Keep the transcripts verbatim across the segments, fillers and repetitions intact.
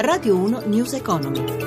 Radio uno News Economy.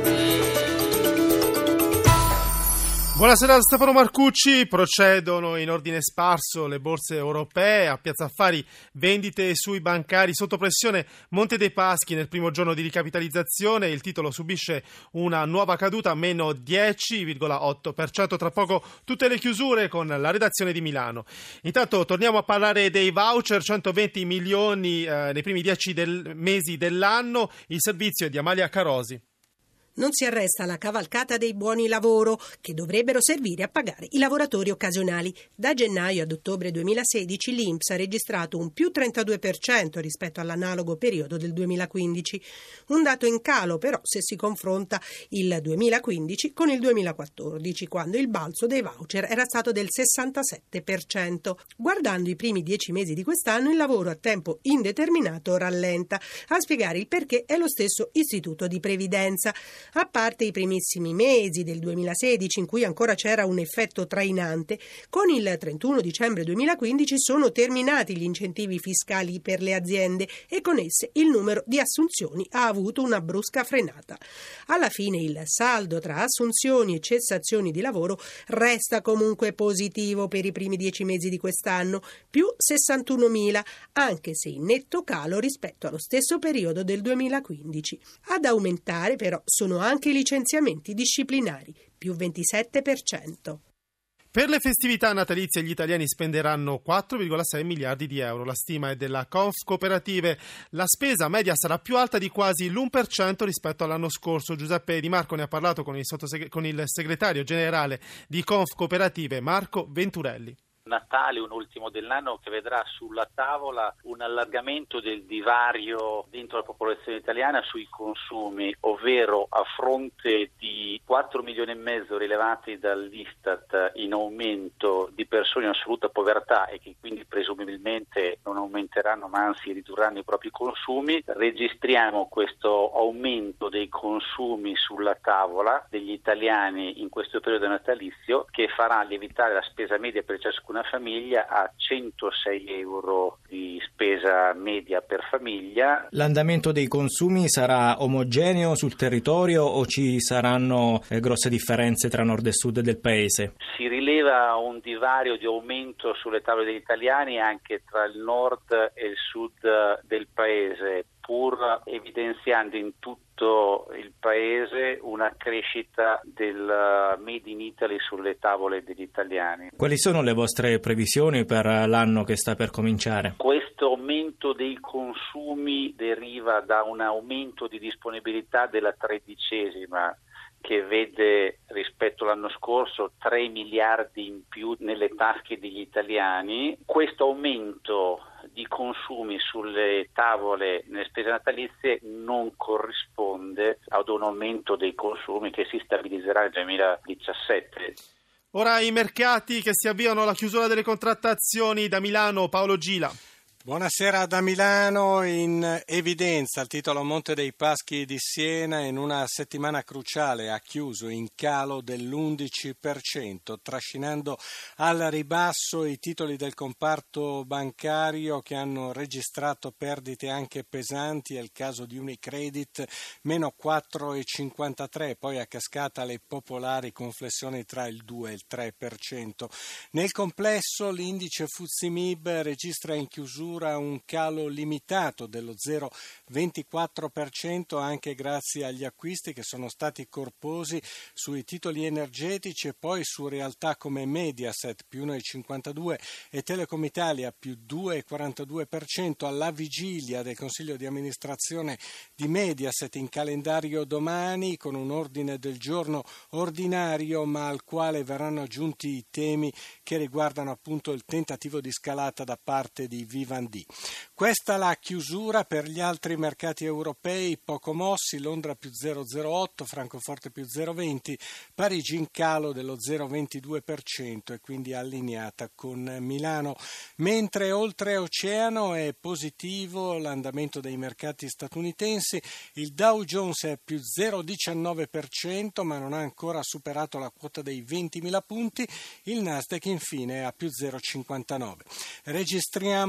Buonasera da Stefano Marcucci. Procedono in ordine sparso le borse europee. A Piazza Affari vendite sui bancari sotto pressione. Monte dei Paschi nel primo giorno di ricapitalizzazione. Il titolo subisce una nuova caduta, meno dieci virgola otto per cento. Tra poco tutte le chiusure con la redazione di Milano. Intanto torniamo a parlare dei voucher, centoventi milioni eh, nei primi dieci del, mesi dell'anno. Il servizio è di Amalia Carosi. Non si arresta la cavalcata dei buoni lavoro, che dovrebbero servire a pagare i lavoratori occasionali. Da gennaio ad ottobre duemilasedici l'I N P S ha registrato un più trentadue per cento rispetto all'analogo periodo del duemilaquindici. Un dato in calo però se si confronta il duemilaquindici con il duemilaquattordici, quando il balzo dei voucher era stato del sessantasette per cento. Guardando i primi dieci mesi di quest'anno, il lavoro a tempo indeterminato rallenta. A spiegare il perché è lo stesso Istituto di Previdenza. A parte i primissimi mesi del duemilasedici, in cui ancora c'era un effetto trainante, con il trentuno dicembre duemilaquindici sono terminati gli incentivi fiscali per le aziende e con esse il numero di assunzioni ha avuto una brusca frenata. Alla fine il saldo tra assunzioni e cessazioni di lavoro resta comunque positivo per i primi dieci mesi di quest'anno, più sessantunomila, anche se in netto calo rispetto allo stesso periodo del duemilaquindici. Ad aumentare però sono anche i licenziamenti disciplinari, più ventisette per cento. Per le festività natalizie gli italiani spenderanno quattro virgola sei miliardi di euro. La stima è della Confcooperative. La spesa media sarà più alta di quasi l'uno per cento rispetto all'anno scorso. Giuseppe Di Marco ne ha parlato con il, sottoseg- con il segretario generale di Confcooperative, Marco Venturelli. Natale, un ultimo dell'anno che vedrà sulla tavola un allargamento del divario dentro la popolazione italiana sui consumi, ovvero a fronte di quattro milioni e mezzo rilevati dall'Istat in aumento di persone in assoluta povertà e che quindi presumibilmente non aumenteranno ma anzi ridurranno i propri consumi, registriamo questo aumento dei consumi sulla tavola degli italiani in questo periodo natalizio che farà lievitare la spesa media per ciascuna una famiglia a centosei euro di spesa media per famiglia. L'andamento dei consumi sarà omogeneo sul territorio o ci saranno eh, grosse differenze tra nord e sud del paese? Si rileva un divario di aumento sulle tavole degli italiani anche tra il nord e il sud del paese, pur evidenziando in tutto il paese una crescita del Made in Italy sulle tavole degli italiani. Quali sono le vostre previsioni per l'anno che sta per cominciare? Questo aumento dei consumi deriva da un aumento di disponibilità della tredicesima, che vede rispetto all'anno scorso tre miliardi in più nelle tasche degli italiani. Questo aumento di consumi sulle tavole nelle spese natalizie non corrisponde ad un aumento dei consumi che si stabilizzerà nel duemiladiciassette. Ora i mercati che si avviano alla chiusura delle contrattazioni. Da Milano, Paolo Gila. Buonasera da Milano. In evidenza il titolo Monte dei Paschi di Siena in una settimana cruciale ha chiuso in calo dell'undici per cento, trascinando al ribasso i titoli del comparto bancario che hanno registrato perdite anche pesanti. È il caso di Unicredit, meno quattro virgola cinquantatré, poi a cascata le popolari con flessioni tra il due e il tre per cento. Nel complesso l'indice F T S E M I B registra in chiusura un calo limitato dello zero virgola ventiquattro per cento anche grazie agli acquisti che sono stati corposi sui titoli energetici e poi su realtà come Mediaset più uno virgola cinquantadue e Telecom Italia più due virgola quarantadue per cento alla vigilia del Consiglio di amministrazione di Mediaset in calendario domani con un ordine del giorno ordinario ma al quale verranno aggiunti i temi che riguardano appunto il tentativo di scalata da parte di Vivendi. Questa la chiusura. Per gli altri mercati europei poco mossi, Londra più zero virgola zero otto, Francoforte più zero virgola venti, Parigi in calo dello zero virgola ventidue per cento e quindi allineata con Milano, mentre oltreoceano è positivo l'andamento dei mercati statunitensi. Il Dow Jones è più zero virgola diciannove per cento ma non ha ancora superato la quota dei ventimila punti, il Nasdaq infine è a più zero virgola cinquantanove. Registriamo stabilità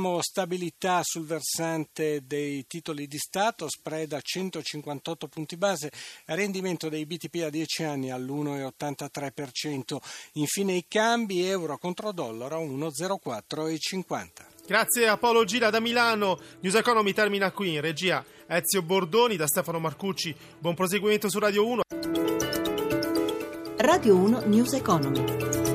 stabilità sul versante dei titoli di Stato, spread a centocinquantotto punti base, rendimento dei B T P a dieci anni all'uno virgola ottantatré per cento. Infine i cambi, euro contro dollaro a uno virgola zero quattro cinquanta. Grazie a Paolo Gira da Milano. News Economy termina qui. In regia Ezio Bordoni, da Stefano Marcucci. Buon proseguimento su Radio uno. Radio uno News Economy.